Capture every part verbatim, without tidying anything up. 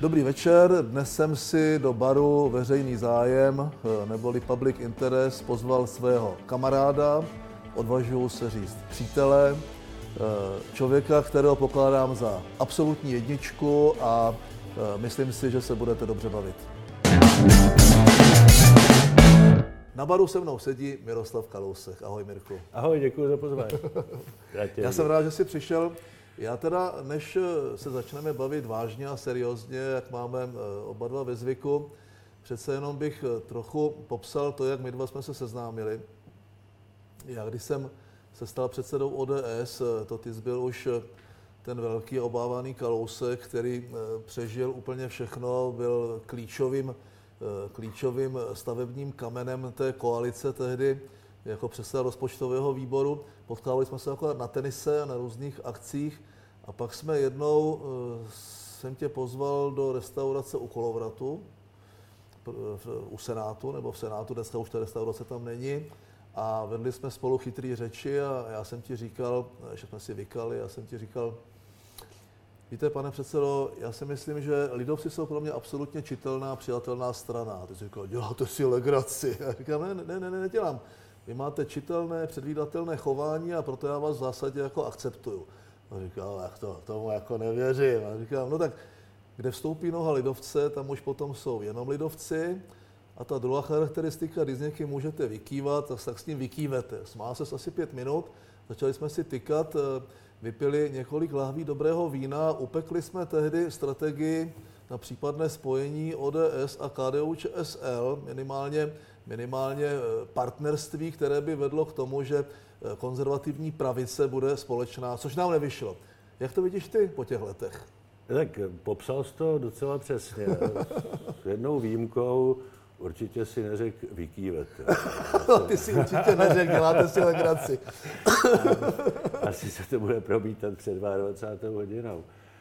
Dobrý večer, dnes jsem si do baru Veřejný zájem, neboli Public Interest, pozval svého kamaráda, odvažuji se říct přítele, člověka, kterého pokládám za absolutní jedničku a myslím si, že se budete dobře bavit. Na baru se mnou sedí Miroslav Kalousek. Ahoj, Mirku. Ahoj, děkuji za pozvání. Já jsem rád, že jsi přišel. Já teda, než se začneme bavit vážně a seriózně, jak máme oba dva ve zvyku, přece jenom bych trochu popsal to, jak my dva jsme se seznámili. Já, když jsem se stal předsedou O D S, to ty jsi byl už ten velký obávaný Kalousek, který přežil úplně všechno, byl klíčovým, klíčovým stavebním kamenem té koalice tehdy jako předseda rozpočtového výboru. Potkávali jsme se jako na tenise a na různých akcích a pak jsme jednou, jsem tě pozval do restaurace u Kolovratu, u Senátu, nebo v Senátu, dneska už ta restaurace tam není, a vedli jsme spolu chytrý řeči a já jsem ti říkal, že jsme si vykali, já jsem ti říkal, víte, pane předsedo, já si myslím, že lidovci jsou pro mě absolutně čitelná, přijatelná strana. A ty jsi říkal, děláte si legraci. Já říkám, ne, ne, ne, ne, nedělám. Vy máte čitelné, předvídatelné chování a proto já vás v zásadě jako akceptuju. A říkal, jak to, tomu jako nevěřím. A říkám, no tak, kde vstoupí noha lidovce, tam už potom jsou jenom lidovci. A ta druhá charakteristika, když s někým můžete vykývat, tak, tak s ním vykývete. Smál ses asi pět minut, začali jsme si tykat, vypili několik lahví dobrého vína, upekli jsme tehdy strategii na případné spojení O D S a K D U Č S L, minimálně, minimálně partnerství, které by vedlo k tomu, že konzervativní pravice bude společná, což nám nevyšlo. Jak to vidíš ty po těch letech? Tak popsal jsi to docela přesně. S jednou výjimkou určitě si neřekl vykývet. Ty si určitě neřekl, děláte si legraci. Asi se to bude promítat před dvacátou druhou hodinou.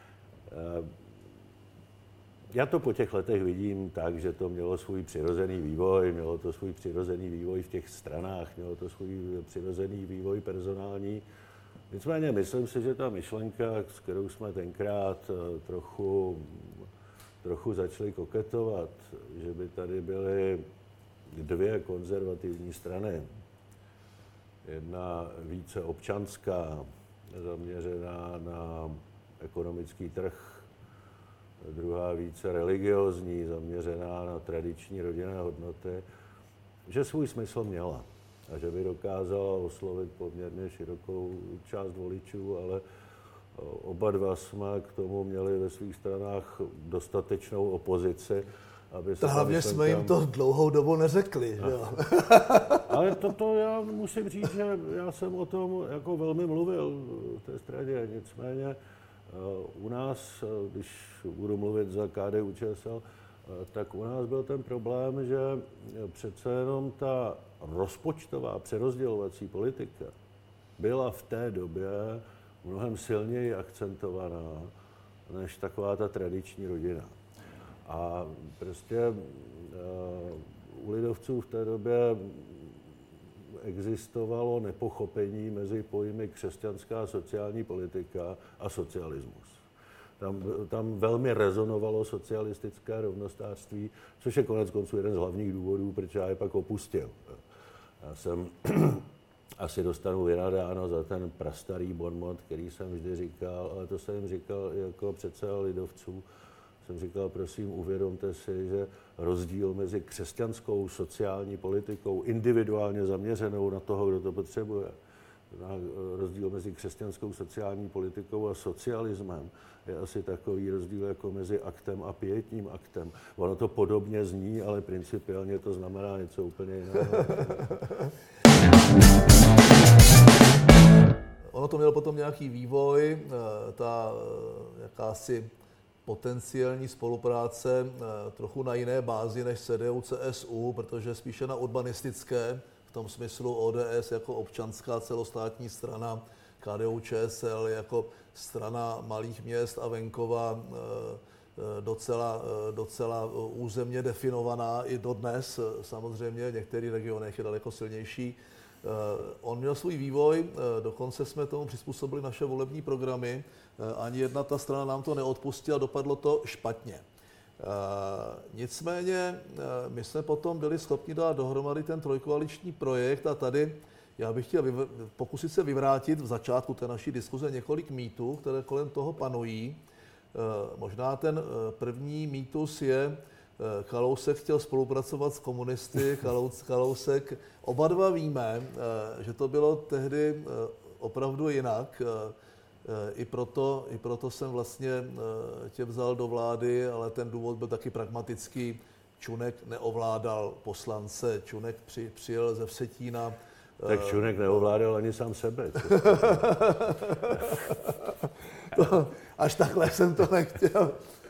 Já to po těch letech vidím tak, že to mělo svůj přirozený vývoj, mělo to svůj přirozený vývoj v těch stranách, mělo to svůj přirozený vývoj personální. Nicméně myslím si, že ta myšlenka, s kterou jsme tenkrát trochu, trochu začali koketovat, že by tady byly dvě konzervativní strany, jedna více občanská, zaměřená na ekonomický trh, druhá více religiózní, zaměřená na tradiční rodinné hodnoty, že svůj smysl měla a že by dokázala oslovit poměrně širokou část voličů, ale oba dva jsme k tomu měli ve svých stranách dostatečnou opozici, aby se... Hlavně jsme jim to dlouhou dobu neřekli, že jo? Ale toto já musím říct, že já jsem o tom jako velmi mluvil v té straně, nicméně u nás, když budu mluvit za K D U Č S L, tak u nás byl ten problém, že přece jenom ta rozpočtová přerozdělovací politika byla v té době mnohem silněji akcentovaná než taková ta tradiční rodina. A prostě u lidovců v té době existovalo nepochopení mezi pojmy křesťanská sociální politika a socialismus. Tam, tam velmi rezonovalo socialistické rovnostářství, což je konec konců jeden z hlavních důvodů, proč já je pak opustil. Já jsem asi dostanu vynadáno za ten prastarý bonmot, který jsem vždy říkal, ale to jsem říkal jako předseda lidovců. Jsem říkal, prosím, uvědomte si, že rozdíl mezi křesťanskou sociální politikou, individuálně zaměřenou na toho, kdo to potřebuje, rozdíl mezi křesťanskou sociální politikou a socialismem je asi takový rozdíl jako mezi aktem a pietním aktem. Ono to podobně zní, ale principiálně to znamená něco úplně jiného. Ono to mělo potom nějaký vývoj, ta jakási potenciální spolupráce trochu na jiné bázi než C D U C S U, protože spíše na urbanistické, v tom smyslu O D S jako občanská celostátní strana, K D U Č S L jako strana malých měst a venkova, docela, docela územně definovaná i dodnes, samozřejmě v některých regionech je daleko silnější. On měl svůj vývoj, dokonce jsme tomu přizpůsobili naše volební programy, ani jedna ta strana nám to neodpustila, dopadlo to špatně. Nicméně my jsme potom byli schopni dát dohromady ten trojkoaliční projekt a tady já bych chtěl vyv- pokusit se vyvrátit v začátku té naší diskuze několik mýtů, které kolem toho panují. Možná ten první mýtus je, Kalousek chtěl spolupracovat s komunisty, Kalous, Kalousek. Oba dva víme, že to bylo tehdy opravdu jinak. I proto, I proto jsem vlastně tě vzal do vlády, ale ten důvod byl taky pragmatický. Čunek neovládal poslance, Čunek při, přijel ze Vsetína. Tak Čunek neovládal ani sám sebe. To, až takhle jsem to nechtěl.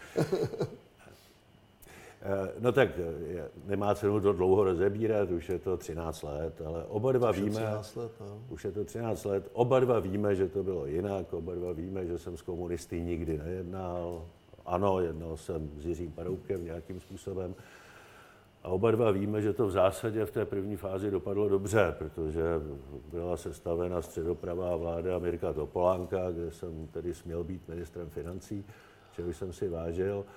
No tak nemá cenu to dlouho rozebírat, už je to třináct let, ale oba dva už víme, třináct let, no. už je to třináct let, oba dva víme, že to bylo jinak, oba dva víme, že jsem s komunisty nikdy nejednal. Ano, jednal jsem s Jiřím Paroubkem nějakým způsobem. A oba dva víme, že to v zásadě v té první fázi dopadlo dobře, protože byla sestavena středopravá vláda Mirka Topolánka, kde jsem tedy směl být ministrem financí, čehož jsem si vážil,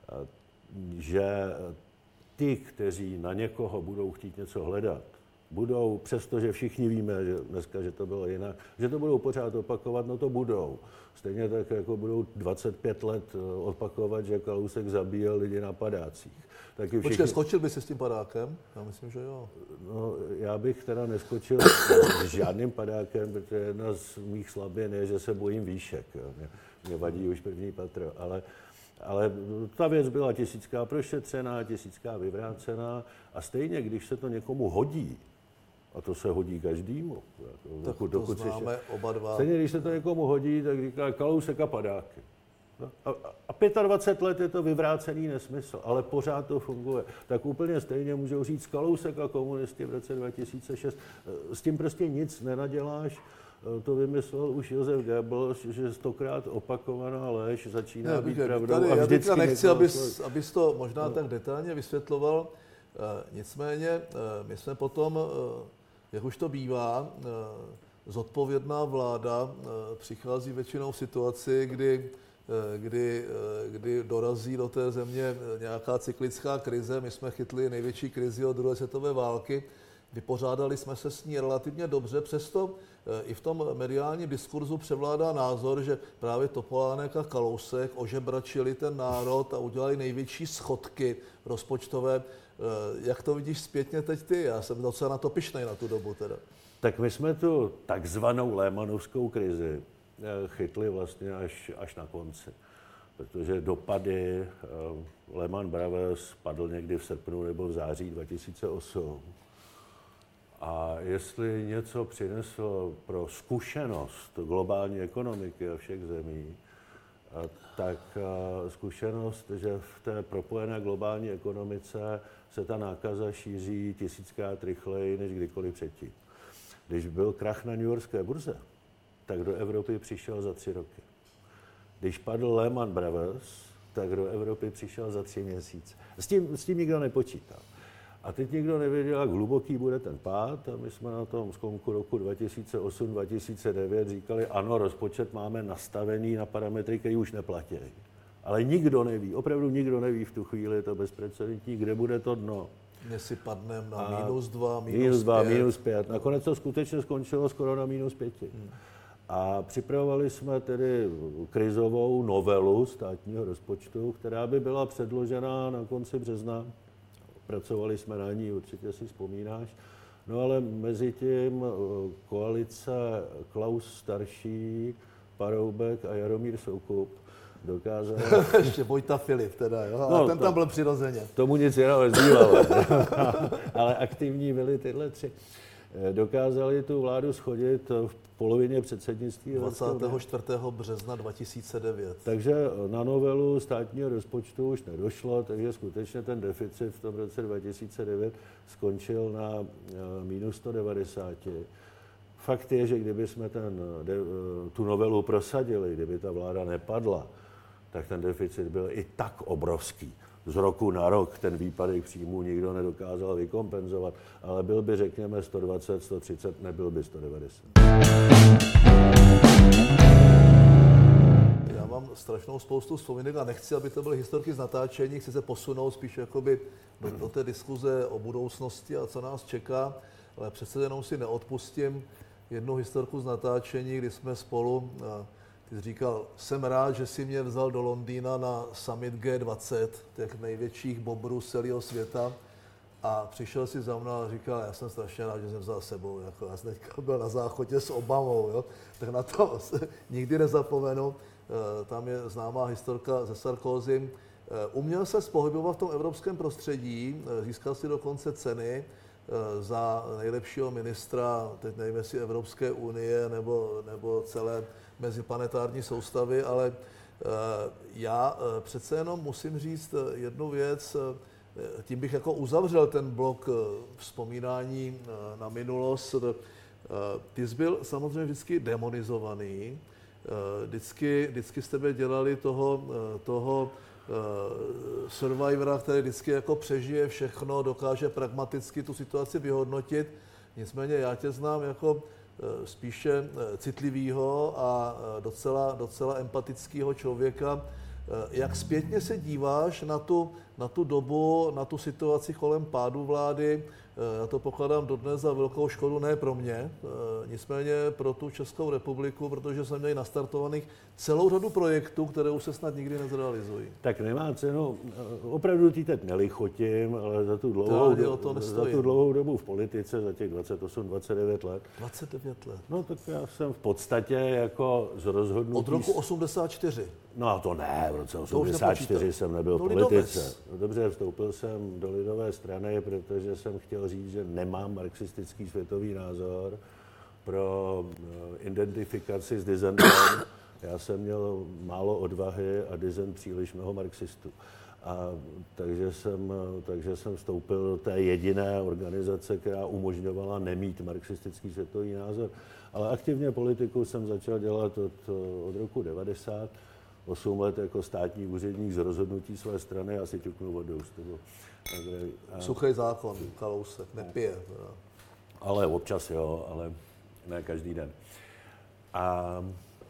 že ty, kteří na někoho budou chtít něco hledat, budou, přestože všichni víme, že dneska, že to bylo jinak, že to budou pořád opakovat, no to budou. Stejně tak, jako budou dvacet pět let opakovat, že Kalousek zabíjel lidi na padácích. Taky všichni... Počkej, skočil by si s tím padákem? Já myslím, že jo. No, já bych teda neskočil s žádným padákem, protože jedna z mých slabin je, že se bojím výšek. Jo. Mě, mě vadí už první patro, ale Ale ta věc byla tisícká prošetřená, tisícká vyvrácená a stejně, když se to někomu hodí, a to se hodí každému. Tak dokud, to známe si, oba dva. Stejně, když se to někomu hodí, tak říká Kalousek a padáky. No, a, a dvacet pět let je to vyvrácený nesmysl, ale pořád to funguje. Tak úplně stejně můžou říct Kalousek a komunisti v roce dva tisíce šest. S tím prostě nic nenaděláš. To vymyslel už Josef Goebbels, že stokrát opakovaná lež začíná ne, být pravdou. Tady, a já teďka nechci, abys, abys to možná no. tak detailně vysvětloval. E, nicméně e, my jsme potom, e, jak už to bývá, e, zodpovědná vláda e, přichází většinou v situaci, kdy, e, kdy, e, kdy dorazí do té země nějaká cyklická krize. My jsme chytli největší krizi od druhé světové války. Vypořádali jsme se s ní relativně dobře, přesto i v tom mediálním diskurzu převládá názor, že právě Topolánek a Kalousek ožebračili ten národ a udělali největší schodky rozpočtové. Jak to vidíš zpětně teď ty? Já jsem docela na to pyšnej na tu dobu teda. Tak my jsme tu takzvanou Lehmanovskou krizi chytli vlastně až, až na konci. Protože dopady Lehman Brothers padl někdy v srpnu nebo v září dva tisíce osm. A jestli něco přineslo pro zkušenost globální ekonomiky a všech zemí, tak zkušenost, že v té propojené globální ekonomice se ta nákaza šíří tisíckrát rychleji než kdykoliv předtím. Když byl krach na newyorské burze, tak do Evropy přišel za tři roky. Když padl Lehman Brothers, tak do Evropy přišel za tři měsíce. S tím, s tím nikdo nepočítal. A teď nikdo nevěděl, jak hluboký bude ten pád a my jsme na tom sklonku roku dva tisíce osm dva tisíce devět říkali, ano, rozpočet máme nastavený na parametry, které už neplatí. Ale nikdo neví, opravdu nikdo neví v tu chvíli, je to bezprecedentní, kde bude to dno. Jestli padneme na minus dva, minus, minus dva, pět. minus pět. Nakonec to skutečně skončilo skoro na minus pěti. Hmm. A připravovali jsme tedy krizovou novelu státního rozpočtu, která by byla předložena na konci března. Pracovali jsme na ní, určitě si vzpomínáš. No ale mezi tím koalice Klaus starší, Paroubek a Jaromír Soukup dokázali... Ještě Vojta Filip teda, jo? No, a ten to, tam byl přirozeně. Tomu nic jiného nezbývalo. Ale aktivní byli tyhle tři. Dokázali tu vládu shodit v polovině předsednictví. dvacátého čtvrtého března dva tisíce devět. Takže na novelu státního rozpočtu už nedošlo, takže skutečně ten deficit v tom roce dva tisíce devět skončil na minus sto devadesát. Fakt je, že kdyby jsme ten, tu novelu prosadili, kdyby ta vláda nepadla, tak ten deficit byl i tak obrovský. Z roku na rok ten výpadek příjmů nikdo nedokázal vykompenzovat, ale byl by, řekněme, sto dvacet, sto třicet, nebyl by sto devadesát. Já mám strašnou spoustu vzpomínek a nechci, aby to byly historky z natáčení, chci se posunout spíš jakoby do, do té diskuze o budoucnosti a co nás čeká, ale přece jenom si neodpustím jednu historku z natáčení, kdy jsme spolu, ty jsi říkal, jsem rád, že si mě vzal do Londýna na summit G dvacet, těch největších bobrů z celého světa, a přišel si za mnou a říkal, já jsem strašně rád, že jsem vzal sebou, jako já jsem teďka byl na záchodě s Obamou, jo? Tak na to nikdy nezapomenu. Tam je známá historka ze Sarkozy. Uměl se pohybovat v tom evropském prostředí, získal si dokonce ceny za nejlepšího ministra, teď nevím, jestli Evropské unie nebo, nebo celé meziplanetární soustavy, ale já přece jenom musím říct jednu věc, tím bych jako uzavřel ten blok vzpomínání na minulost. Ty jsi byl samozřejmě vždycky demonizovaný, vždycky, vždycky z tebe dělali toho, toho survivora, který vždycky jako přežije všechno, dokáže pragmaticky tu situaci vyhodnotit. Nicméně já tě znám jako spíše citlivýho a docela, docela empatického člověka. Jak zpětně se díváš na tu, na tu dobu, na tu situaci kolem pádu vlády? Já to pokládám dodnes za velkou škodu, ne pro mě, nicméně pro tu Českou republiku, protože jsme měli nastartovaných celou řadu projektů, které už se snad nikdy nezrealizují. Tak nemá cenu, opravdu ty teď nelichotím, ale za tu dlouhou, do, za tu dlouhou dobu v politice, za těch dvacet osm dvacet devět let. dvacet devět let. No tak já jsem v podstatě jako z rozhodnutí... Od roku osmdesát čtyři. No a to ne, v roce osmdesát čtyři jsem nebyl v politice. Dobře, vstoupil jsem do lidové strany, protože jsem chtěl říct, že nemám marxistický světový názor pro identifikaci s disentem. Já jsem měl málo odvahy a dizent příliš mnoho marxistů. A takže jsem, takže jsem vstoupil do té jediné organizace, která umožňovala nemít marxistický světový názor. Ale aktivně politiku jsem začal dělat od, od roku devadesát. osm let jako státní úředník z rozhodnutí své strany, asi ťuknu vodou z toho. A... Suchý zákon, Kalousek, nepije. Ale občas jo, ale ne každý den. A, a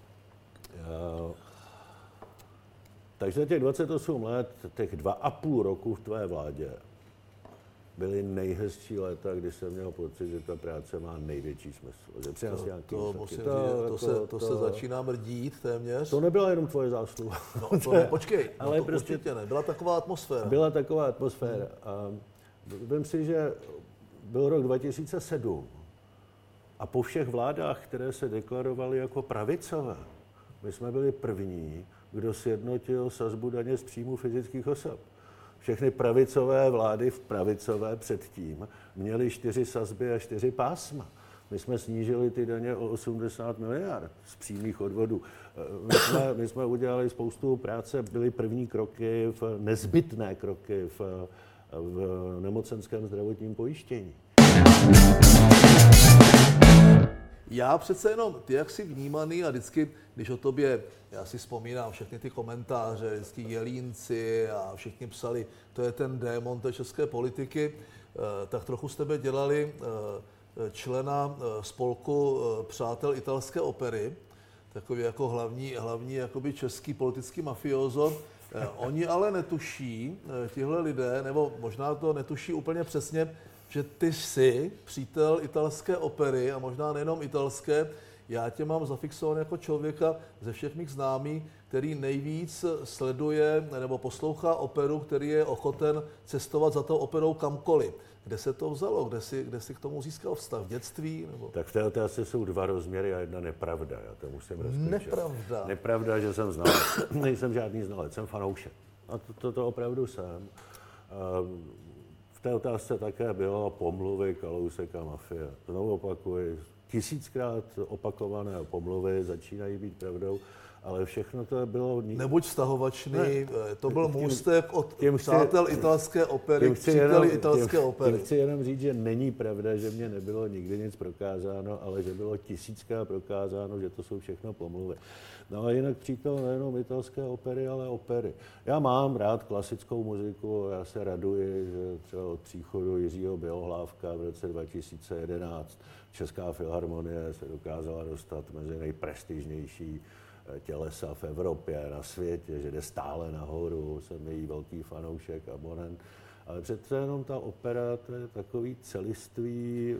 takže těch dvacet osm let, těch dva a půl roku v tvé vládě byly nejhezčí léta, kdy jsem měl pocit, že ta práce má největší smysl. Že to, to, musím říct, to, to, se, to, to se začíná mrdít téměř. To nebyla jenom tvoje zásluha. No to ne, počkej, ale no to prostě určitě ne. Byla taková atmosféra. Byla taková atmosféra. A vím si, že byl rok dva tisíce sedm a po všech vládách, které se deklarovaly jako pravicové, my jsme byli první, kdo sjednotil sazbu daně z příjmu fyzických osob. Všechny pravicové vlády v pravicové předtím měly čtyři sazby a čtyři pásma. My jsme snížili ty daně o osmdesát miliard z přímých odvodů. My jsme, my jsme udělali spoustu práce, byly první kroky, v nezbytné kroky v, v nemocenském zdravotním pojištění. Já přece jenom, ty jak jsi vnímaný a vždycky, když o tobě, já si vzpomínám všechny ty komentáře, vždycky Jelínci a všichni psali, to je ten démon té české politiky, tak trochu z tebe dělali člena spolku Přátel italské opery, takový jako hlavní, hlavní jakoby český politický mafiozo. Oni ale netuší, tihle lidé, nebo možná to netuší úplně přesně, že ty jsi přítel italské opery a možná nejenom italské. Já tě mám zafixovaný jako člověka ze všech mých známých, který nejvíc sleduje nebo poslouchá operu, který je ochoten cestovat za tou operou kamkoliv. Kde se to vzalo? Kde jsi, kde jsi k tomu získal vztah? V dětství? Nebo? Tak v té otázce jsou dva rozměry a jedna nepravda. Já to musím rozklíčit. Nepravda. Nepravda, že jsem znalec. Nejsem žádný znalec, jsem fanoušek. A to, to, to opravdu jsem. V té otázce také bylo pomluvy Kalousek a mafie. Znovu opakuji, tisíckrát opakované pomluvy začínají být pravdou, ale všechno to bylo... Nebuď vztahovačný, ne. To byl tím, můstek od tím přátel chci, italské opery k příteli italské tím, opery. Tím chci jenom říct, že není pravda, že mě nebylo nikdy nic prokázáno, ale že bylo tisíckrát prokázáno, že to jsou všechno pomluvy. No a jinak přítel nejenom italské opery, ale opery. Já mám rád klasickou muziku, já se raduji, že třeba od příchodu Jiřího Bělohlávka v roce dva tisíce jedenáct Česká filharmonie se dokázala dostat mezi nejprestižnější tělesa v Evropě, na světě, že jde stále nahoru, jsem její velký fanoušek, abonent. Ale přece jenom ta opera, to je takový celistvý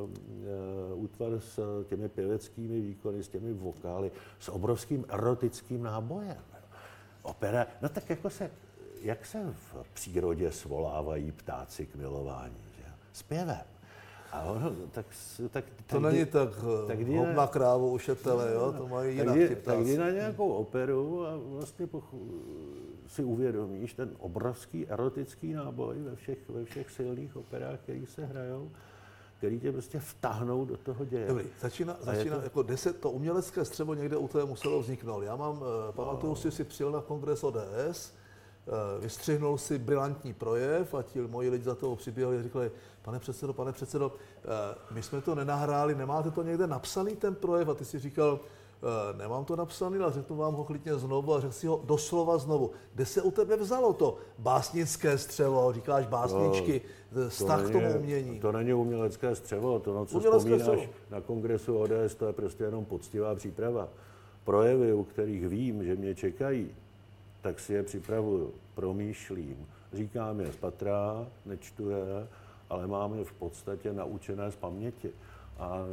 uh, útvar s těmi pěveckými výkony, s těmi vokály, s obrovským erotickým nábojem. Opera, no tak jako se, jak se v přírodě svolávají ptáci k milování, že? Zpěvem. A ono, tak, tak, to tak, není tak, tak hop na krávu ušetele, jo? To mají jinak ty ptáci. Tak jdi na nějakou operu a vlastně pochu, si uvědomíš ten obrovský erotický náboj ve všech, ve všech silných operách, který se hrajou, který tě prostě vtáhnou do toho děje. Dobrý, začíná, začíná to... jako deset, to umělecké střevo někde u toho muselo vzniknout. Já mám, no. pamatuju si, si přijel na kongres O D S, vystřihnul si brilantní projev a ti moji lidi za toho přiběhli a říkali, pane předsedo, pane předsedo, my jsme to nenahráli, nemáte to někde napsaný ten projev? A ty si říkal, nemám to napsaný, ale řeknu vám ho klidně znovu a řekl si ho doslova znovu. Kde se u tebe vzalo to básnické střevo, říkáš básničky, no, vztah k tomu umění? To není umělecké střevo, to, na co umělecké vzpomínáš střevo. Na kongresu O D S, to je prostě jenom poctivá příprava. Projevy, u kterých vím, že mě čekají, tak si je připravuju, promýšlím, říkám je z patra, nečtu je, ale mám je v podstatě naučené z paměti. A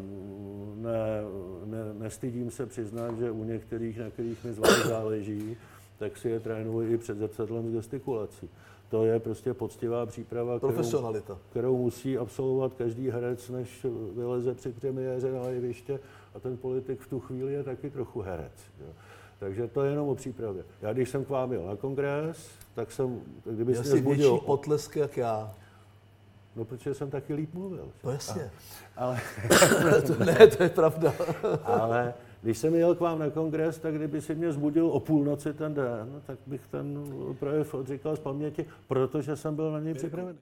ne, ne, nestydím se přiznat, že u některých, na kterých mi zvlášť záleží, tak si je trénuji i před zrcadlem s gestikulací. To je prostě poctivá příprava, profesionalita, kterou, kterou musí absolvovat každý herec, než vyleze při premiéře na jeviště, a ten politik v tu chvíli je taky trochu herec. Jo. Takže to je jenom o přípravě. Já když jsem k vám jel na kongres, tak jsem, kdyby jsi mě větší potlesk jak já. No, protože jsem taky líp mluvil. No jasně. A, ale, to, ne, to je pravda. Ale když jsem jel k vám na kongres, tak kdyby si mě zbudil o půlnoci ten den, tak bych ten projev odříkal z paměti, protože jsem byl na něj připravený.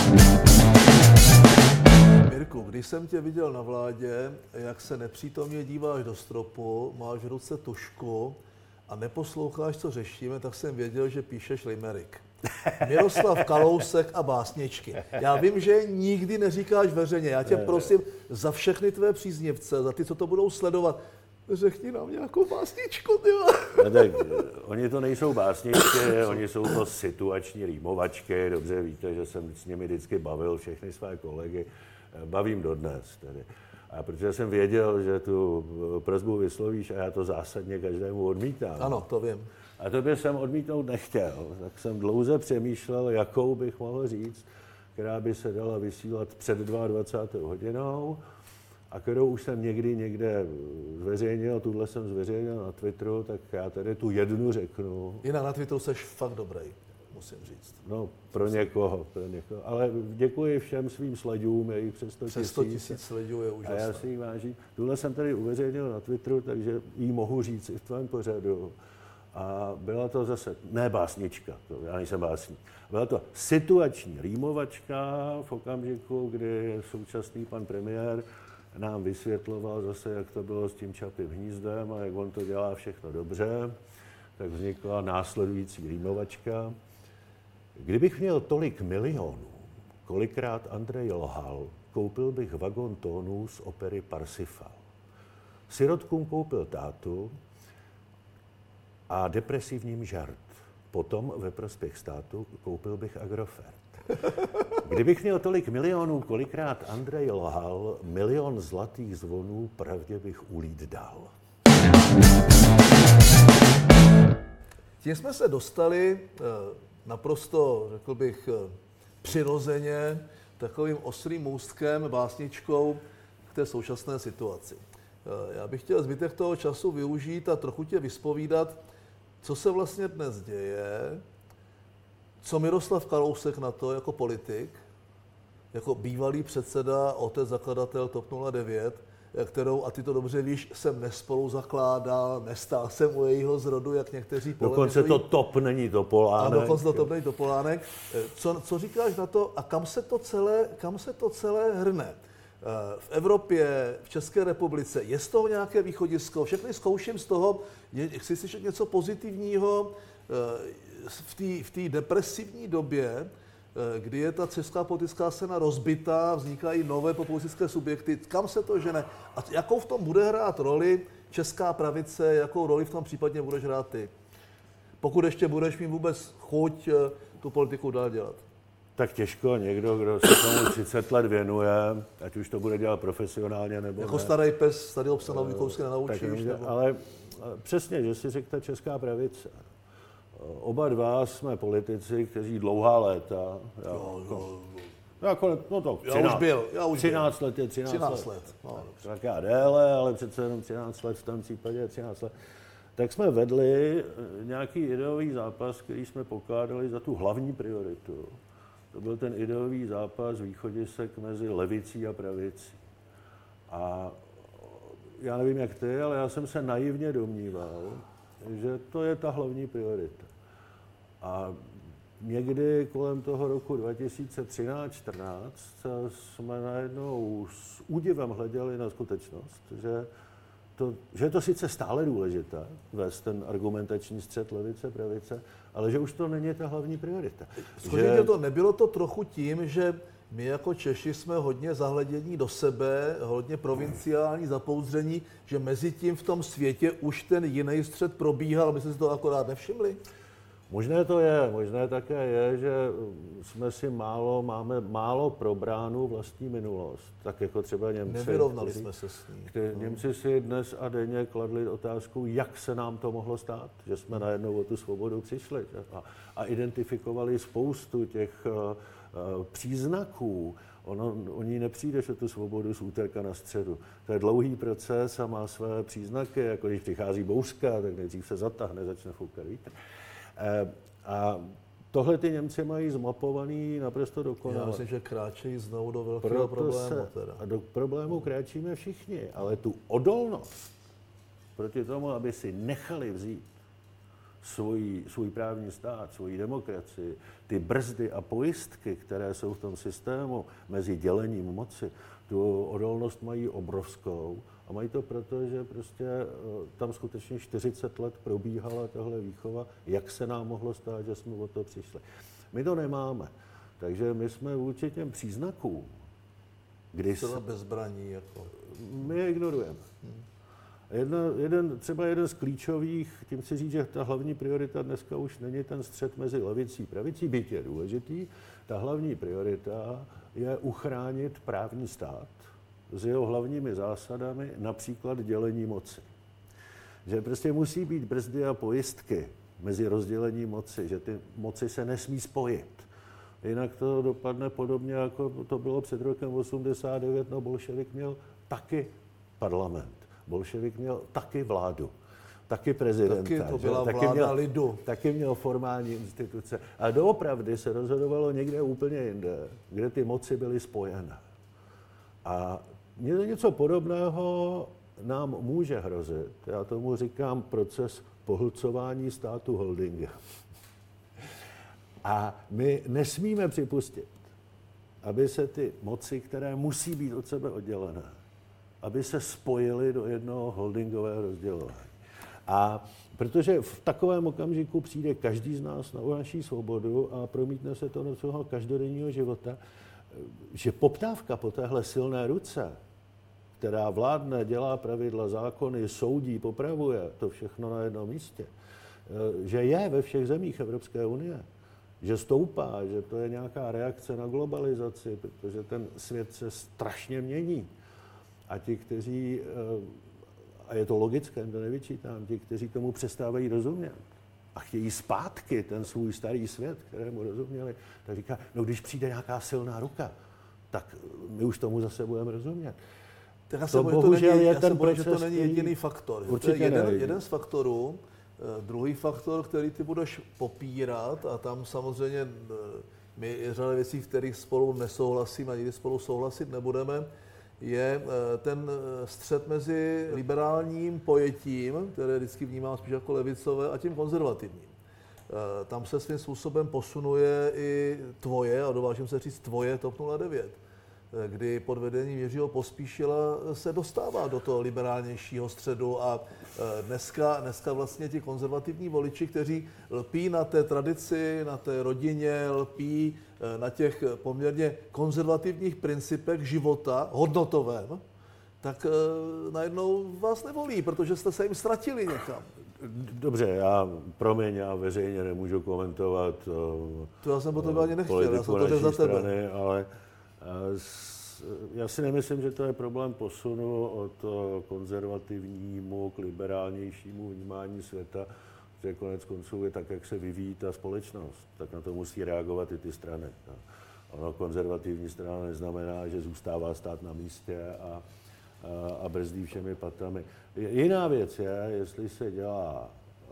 Mirku, když jsem tě viděl na vládě, jak se nepřítomně díváš do stropu, máš v ruce tužku a neposloucháš, co řešíme, tak jsem věděl, že píšeš limerick. Miroslav Kalousek a básničky. Já vím, že nikdy neříkáš veřejně. Já tě ne, prosím ne. za všechny tvé příznivce, za ty, co to budou sledovat, řekni nám nějakou básničku, tyjo. No tak, oni to nejsou básničky, oni jsou to situační rýmovačky. Dobře víte, že jsem s nimi vždycky bavil všechny své kolegy. Bavím dodnes tedy. A protože jsem věděl, že tu prosbu vyslovíš a já to zásadně každému odmítám. Ano, to vím. A tobě jsem odmítnout nechtěl, tak jsem dlouze přemýšlel, jakou bych mohl říct, která by se dala vysílat před dvacátou druhou hodinou a kterou už jsem někdy někde zveřejnil, tuhle jsem zveřejnil na Twitteru, tak já tady tu jednu řeknu. Jinak na Twitteru seš fakt dobrý, musím říct. No, pro někoho, pro někoho. Ale děkuji všem svým sledům, je jich přes sto tisíc. sto tisíc sledů je úžasné. A já si ji vážím. Tuhle jsem tady uveřejnil na Twitteru, takže ji mohu říct i v tvém pořadu. A byla to zase, ne básnička, to já nejsem básník, byla to situační rýmovačka v okamžiku, kdy současný pan premiér nám vysvětloval zase, jak to bylo s tím Čapím hnízdem a jak on to dělá všechno dobře, tak vznikla následující rýmovačka. Kdybych měl tolik milionů, kolikrát Andrej lhal, koupil bych vagon tónů z opery Parsifal. Sirotkům koupil tátu, a depresivním žart. Potom ve prospěch státu koupil bych Agrofert. Kdybych měl tolik milionů, kolikrát Andrej lhal, milion zlatých zvonů pravdě bych ulít dal. Tím jsme se dostali naprosto, řekl bych, přirozeně takovým ostrým můstkem, básničkou k té současné situaci. Já bych chtěl zbytek toho času využít a trochu tě vyspovídat, co se vlastně dnes děje, co Miroslav Kalousek na to jako politik, jako bývalý předseda, otec, zakladatel TOP nula devět, kterou, a ty to dobře víš, jsem nespolu zakládal, nestál jsem u jejího zrodu, jak někteří polemizují. Dokonce to TOP není Topolánek. A dokonce to TOP není Topolánek. Co, co říkáš na to a kam se to celé, kam se to celé hrne? V Evropě, v České republice, je z toho nějaké východisko? Všechny zkouším z toho, je, chci slyšet něco pozitivního v té v té depresivní době, kdy je ta česká politická scéna rozbitá, vznikají nové populistické subjekty. Kam se to žene? A jakou v tom bude hrát roli česká pravice, jakou roli v tom případně budeš hrát ty? Pokud ještě budeš mít vůbec chuť tu politiku dál dělat. Tak těžko někdo, kdo se tomu třicet let věnuje, ať už to bude dělat profesionálně nebo jako ne. starý pes, tady obsanový kousky nenaučíš. Tak, nebo... Ale přesně, že si řekl ta česká pravice. Oba dva jsme politici, kteří dlouhá léta. Já, jo, jo. Jako, no to, já už byl, já už třináct let je třináct, třináct let. let. No, tak já déle, ale přece jenom třináct let, v tom případě je třináct let. Tak jsme vedli nějaký ideový zápas, který jsme pokládali za tu hlavní prioritu. To byl ten ideový zápas východisek mezi levicí a pravicí. A já nevím, jak ty, ale já jsem se naivně domníval, že to je ta hlavní priorita. A někdy kolem toho roku dva tisíce třináct čtrnáct jsme najednou s údivem hleděli na skutečnost, že, to, že je to sice stále důležité vést ten argumentační střet levice-pravice, ale že už to není ta hlavní priorita. Skutečně že... to nebylo to trochu tím, že my jako Češi jsme hodně zahledění do sebe, hodně provinciální, zapouzření, že mezi tím v tom světě už ten jiný střet probíhal, my jsme si to akorát nevšimli? Možné to je, možné také je, že jsme si málo, máme málo probránu vlastní minulost, tak jako třeba Němci. Nevyrovnali jsme se s ní. Kteří, no. Němci si dnes a denně kladli otázku, jak se nám to mohlo stát, že jsme najednou o tu svobodu přišli a, a identifikovali spoustu těch uh, uh, příznaků. Ono, oni nepřijdeš o tu svobodu z úterka na středu. To je dlouhý proces a má své příznaky, jako když přichází bouřka, tak nejdřív se zatáhne, začne foukat vítr. A tohle ty Němci mají zmapovaný naprosto dokonale. Já myslím, že kráčejí znovu do velkého Proto problému. Se, teda. A do problému kráčíme všichni, ale tu odolnost proti tomu, aby si nechali vzít svůj, svůj právní stát, svoji demokracii, ty brzdy a pojistky, které jsou v tom systému mezi dělením moci, tu odolnost mají obrovskou. A mají to proto, že prostě tam skutečně čtyřicet let probíhala tahle výchova, jak se nám mohlo stát, že jsme o to přišli. My to nemáme. Takže my jsme vůči těm příznakům, když třeba bezbraní, jako... my je ignorujeme. Hmm. Jedna, jeden, třeba jeden z klíčových, tím si říct, že ta hlavní priorita dneska už není ten střet mezi levicí a pravicí, byť je důležitý. Ta hlavní priorita je uchránit právní stát s jeho hlavními zásadami, například dělení moci. Že prostě musí být brzdy a pojistky mezi rozdělením moci, že ty moci se nesmí spojit. Jinak to dopadne podobně, jako to bylo před rokem osmdesát devět, no bolševik měl taky parlament, bolševik měl taky vládu, taky prezidenta. Taky to byla taky vláda měl, lidu. Taky měl formální instituce. A doopravdy se rozhodovalo někde úplně jinde, kde ty moci byly spojené. A něco podobného nám může hrozit. Já tomu říkám proces pohlcování státu holdingu. A my nesmíme připustit, aby se ty moci, které musí být od sebe oddělené, aby se spojily do jednoho holdingového rozdělování. A protože v takovém okamžiku přijde každý z nás na naší svobodu a promítne se to do svého každodenního života, že poptávka po téhle silné ruce, která vládne, dělá pravidla, zákony, soudí, popravuje, to všechno na jednom místě, že je ve všech zemích Evropské unie, že stoupá, že to je nějaká reakce na globalizaci, protože ten svět se strašně mění. A ti, kteří, a je to logické, to nevyčítám, ti, kteří tomu přestávají rozumět a chtějí zpátky ten svůj starý svět, kterému rozuměli, tak říká, no když přijde nějaká silná ruka, tak my už tomu zase budeme rozumět. Tak já se bojím, to není, já se bojím, že to není jediný faktor. To je jeden, jeden z faktorů. Druhý faktor, který ty budeš popírat, a tam samozřejmě my je řada věcí, v kterých spolu nesouhlasíme a nikdy spolu souhlasit nebudeme, je ten střet mezi liberálním pojetím, které vždycky vnímám spíš jako levicové, a tím konzervativním. Tam se svým způsobem posunuje i tvoje, a dovážím se říct tvoje TOP nula devět, kdy pod vedením Jiřího Pospíšila se dostává do toho liberálnějšího středu a dneska, dneska vlastně ti konzervativní voliči, kteří lpí na té tradici, na té rodině, lpí na těch poměrně konzervativních principech života, hodnotovém, tak e, najednou vás nevolí, protože jste se jim ztratili někam. Dobře, já, promiň, já veřejně nemůžu komentovat to já jsem potom ani nechtěl, politiku já jsem to naší za tebe. strany, ale já si nemyslím, že to je problém posunu od konzervativnímu k liberálnějšímu vnímání světa, že konec konců je tak, jak se vyvíjí ta společnost, tak na to musí reagovat i ty strany. Ono konzervativní strana neznamená, že zůstává stát na místě a, a, a brzdí všemi patami. Jiná věc je, jestli se dělá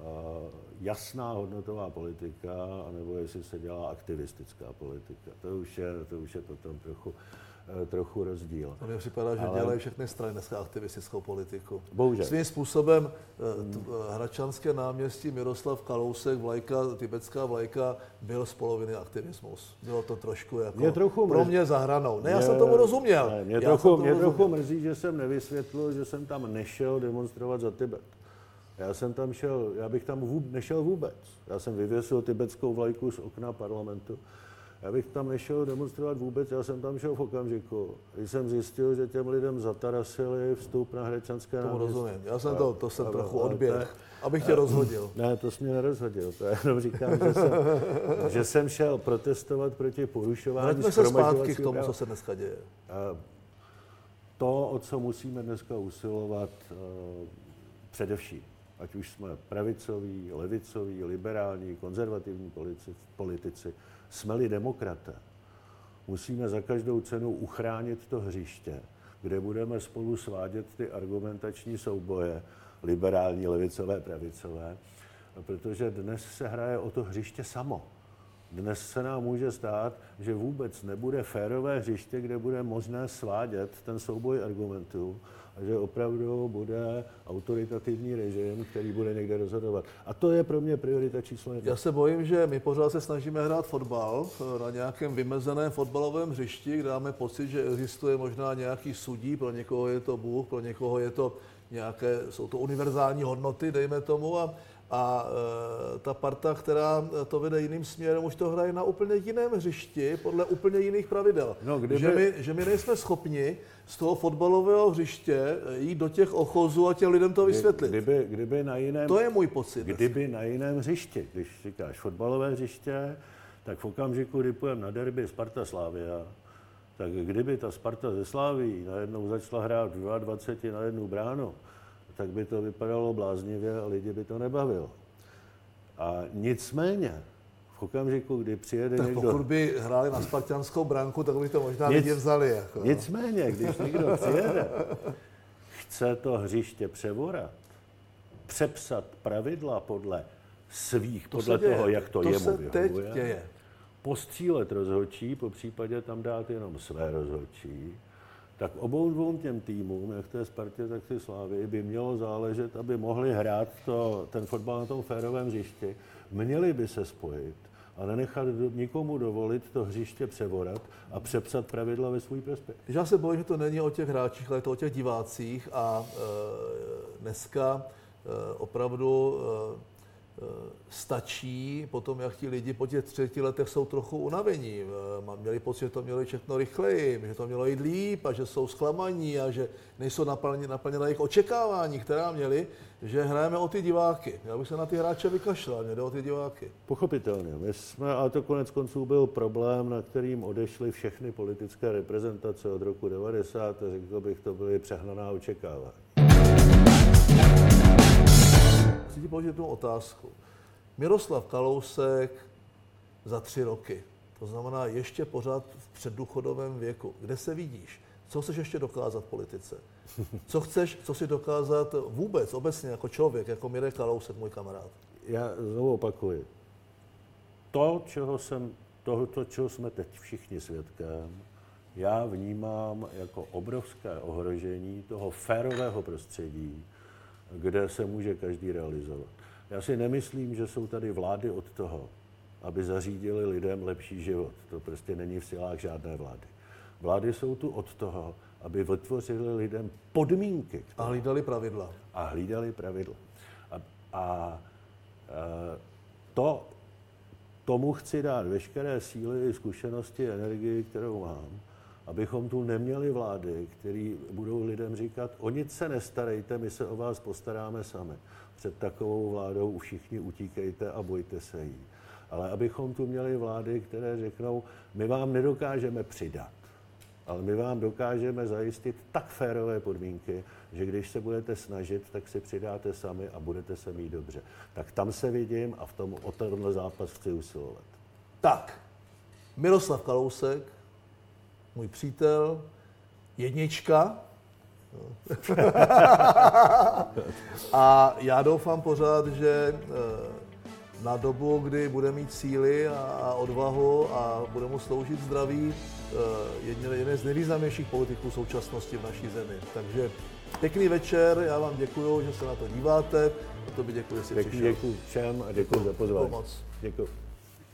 jasná hodnotová politika, anebo jestli se dělá aktivistická politika. To už je, to už je potom trochu, trochu rozdíl. To mi připadá, že Ale... dělají všechny strany dneska aktivistickou politiku. Bohužel. Svým způsobem t- Hradčanské náměstí Miroslav Kalousek, vlajka, tibetská vlajka, byl z poloviny aktivismus. Bylo to trošku jako mě trochu pro mě za hranou. Ne, já mě, jsem tomu rozuměl. Ne, mě trochu, mě trochu mrzí, že jsem nevysvětlil, že jsem tam nešel demonstrovat za Tibet. Já jsem tam šel, já bych tam vůb, nešel vůbec. Já jsem vyvěsil tibetskou vlajku z okna parlamentu. Já bych tam nešel demonstrovat vůbec, já jsem tam šel v okamžiku. Když jsem zjistil, že těm lidem zatarasili vstup na Hradčanské náměstí. Tomu rozumím. Já jsem to, to jsem a, trochu odběh, abych tě rozhodil. Ne, to jsi mě nerozhodil. To je jenom říkám, že jsem, že jsem šel protestovat proti porušování Vraťme se zpátky k tomu, práva. Co se dneska děje. A to, o co musíme dneska usilovat, především, ať už jsme pravicoví, levicoví, liberální, konzervativní politici, politici jsme-li demokraté, musíme za každou cenu uchránit to hřiště, kde budeme spolu svádět ty argumentační souboje, liberální, levicové, pravicové, protože dnes se hraje o to hřiště samo. Dnes se nám může stát, že vůbec nebude férové hřiště, kde bude možné svádět ten souboj argumentů, a že opravdu bude autoritativní režim, který bude někde rozhodovat. A to je pro mě priorita číslo jedna. Já se bojím, že my pořád se snažíme hrát fotbal na nějakém vymezeném fotbalovém hřišti, kde máme pocit, že existuje možná nějaký sudí, pro někoho je to Bůh, pro někoho je to nějaké, jsou to univerzální hodnoty, dejme tomu, a A e, ta parta, která to vede jiným směrem, už to hraje na úplně jiném hřišti, podle úplně jiných pravidel. No, kdyby... že, my, že my nejsme schopni z toho fotbalového hřiště jít do těch ochozů a těm lidem to vysvětlit. Kdyby, kdyby na jiném, to je můj pocit. Kdyby na jiném hřišti, když říkáš fotbalové hřiště, tak v okamžiku, kdy půjdeme na derby Sparta Slavia, tak kdyby ta Sparta ze Slavií najednou začala hrát v dvacet dva na jednu bránu, tak by to vypadalo bláznivě a lidi by to nebavilo. A nicméně, v okamžiku, kdy přijede tak někdo... pokud by hráli na spartianskou branku, tak by to možná Nic, lidi vzali. Jako, nicméně, když někdo přijede, chce to hřiště převorat, přepsat pravidla podle svých, to podle toho, jak to, to jemu se vyhovuje, teď děje. Postřílet rozhodčí, po případě tam dát jenom své rozhodčí, tak obou dvou těm týmům, jak té Spartě, tak té Slávy, by mělo záležet, aby mohli hrát to, ten fotbal na tom férovém hřišti, měli by se spojit a nenechat do, nikomu dovolit to hřiště převorat a přepsat pravidla ve svůj prospěch. Já se bojím, že to není o těch hráčích, ale je to o těch divácích a e, dneska e, opravdu e, stačí potom, jak ti lidi po těch třetí letech jsou trochu unavení. Měli pocit, že to mělo jít všechno rychleji, že to mělo jít líp a že jsou zklamaní a že nejsou naplněna jejich očekávání, která měli, že hrajeme o ty diváky. Já bych se na ty hráče vykašlal, mě jde o ty diváky. Pochopitelně. My jsme, ale to konec konců byl problém, na kterým odešly všechny politické reprezentace od roku devadesát a řekl bych, to byly přehnaná očekávání. Chci ti položit tu otázku. Miroslav Kalousek za tři roky, to znamená ještě pořád v předdůchodovém věku. Kde se vidíš? Co chceš ještě dokázat v politice? Co chceš, co si dokázat vůbec, obecně jako člověk, jako Mirek Kalousek, můj kamarád? Já znovu opakuji. To, čeho jsem, tohoto, čeho jsme teď všichni svědkem, já vnímám jako obrovské ohrožení toho férového prostředí, kde se může každý realizovat. Já si nemyslím, že jsou tady vlády od toho, aby zařídili lidem lepší život. To prostě není v silách žádné vlády. Vlády jsou tu od toho, aby vytvořili lidem podmínky. A hlídali pravidla. A hlídali pravidla. A, a, a to, tomu chci dát veškeré síly, zkušenosti, energii, kterou mám. abychom tu neměli vlády, které budou lidem říkat, o nic se nestarejte, my se o vás postaráme sami. Před takovou vládou všichni utíkejte a bojte se jí. Ale abychom tu měli vlády, které řeknou, my vám nedokážeme přidat, ale my vám dokážeme zajistit tak férové podmínky, že když se budete snažit, tak si přidáte sami a budete se mít dobře. Tak tam se vidím a v tom o tenhle zápas chci usilovat. Tak, Miroslav Kalousek, můj přítel, jednička. A já doufám pořád, že na dobu, kdy bude mít síly a odvahu a bude mu sloužit zdraví, jeden z nejvýznamnějších politiků současnosti v naší zemi. Takže pěkný večer, já vám děkuju, že se na to díváte. A tobě děkuji, že jsi přišel. Děkuji všem a děkuji za pozvání. Moc. Děkuji.